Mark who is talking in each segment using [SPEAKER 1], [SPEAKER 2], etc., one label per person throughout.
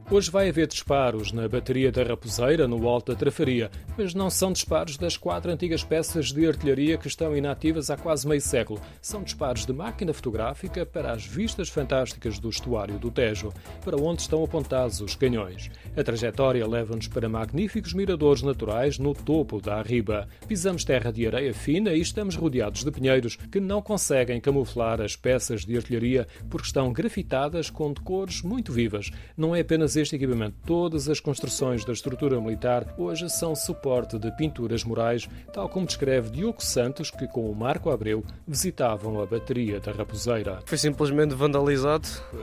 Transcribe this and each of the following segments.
[SPEAKER 1] Hoje vai haver disparos na bateria da Raposeira, no Alto da Trafaria, mas não são disparos das 4 antigas peças de artilharia que estão inativas há quase meio século. São disparos de máquina fotográfica para as vistas fantásticas do estuário do Tejo, para onde estão apontados os canhões. A trajetória leva-nos para magníficos miradores naturais no topo da Arriba. Pisamos terra de areia fina e estamos rodeados de pinheiros que não conseguem camuflar as peças de artilharia porque estão grafitadas com decores muito vivas. Não é apenas este equipamento. Todas as construções da estrutura militar hoje são suporte de pinturas murais, tal como descreve Diogo Santos, que com o Marco Abreu visitavam a bateria da Raposeira.
[SPEAKER 2] Foi simplesmente vandalizado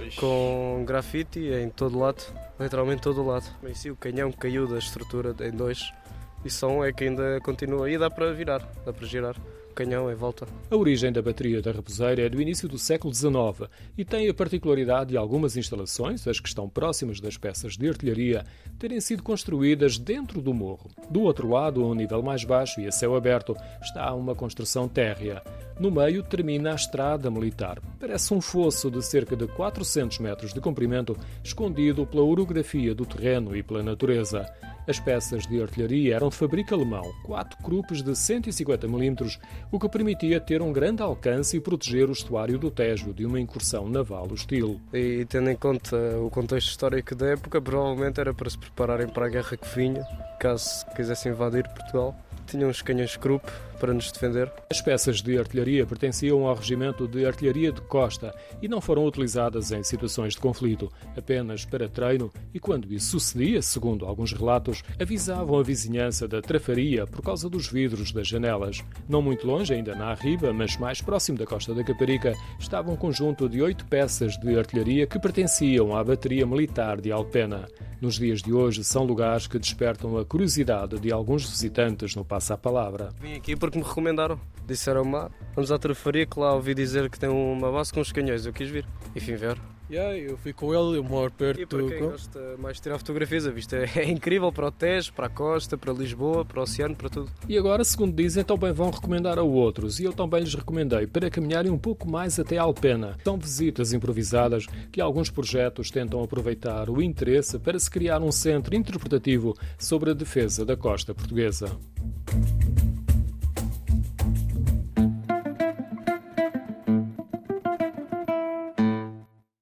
[SPEAKER 2] com grafite em todo lado, literalmente todo lado. Em si o canhão caiu da estrutura em dois e som é que ainda continua e dá para virar, dá para girar. Canhão em volta.
[SPEAKER 1] A origem da bateria da Raposeira é do início do século XIX e tem a particularidade de algumas instalações, as que estão próximas das peças de artilharia, terem sido construídas dentro do morro. Do outro lado, a um nível mais baixo e a céu aberto, está uma construção térrea. No meio termina a estrada militar. Parece um fosso de cerca de 400 metros de comprimento, escondido pela orografia do terreno e pela natureza. As peças de artilharia eram de fabrico alemão, 4 Krupps de 150 mm, o que permitia ter um grande alcance e proteger o estuário do Tejo de uma incursão naval hostil.
[SPEAKER 2] E tendo em conta o contexto histórico da época, provavelmente era para se prepararem para a guerra que vinha, caso quisessem invadir Portugal. Tinham uns canhões Krupp para nos defender.
[SPEAKER 1] As peças de artilharia pertenciam ao regimento de artilharia de costa e não foram utilizadas em situações de conflito, apenas para treino e, quando isso sucedia, segundo alguns relatos, avisavam a vizinhança da Trafaria por causa dos vidros das janelas. Não muito longe, ainda na Arriba, mas mais próximo da costa da Caparica, estava um conjunto de 8 peças de artilharia que pertenciam à bateria militar de Alpena. Nos dias de hoje, são lugares que despertam a curiosidade de alguns visitantes no Passa-a-Palavra.
[SPEAKER 2] Vim aqui porque me recomendaram. Disseram-me, vamos à Trafaria, que lá ouvi dizer que tem uma base com os canhões. Eu quis vir e fim ver.
[SPEAKER 3] Eu fui com ele, eu moro perto.
[SPEAKER 2] E para quem gosta mais de tirar fotografias, a vista é incrível para o Tejo, para a costa, para Lisboa, para o oceano, para tudo.
[SPEAKER 1] E agora, segundo dizem, também vão recomendar a outros, e eu também lhes recomendei para caminharem um pouco mais até Alpena. São visitas improvisadas que alguns projetos tentam aproveitar o interesse para se criar um centro interpretativo sobre a defesa da costa portuguesa.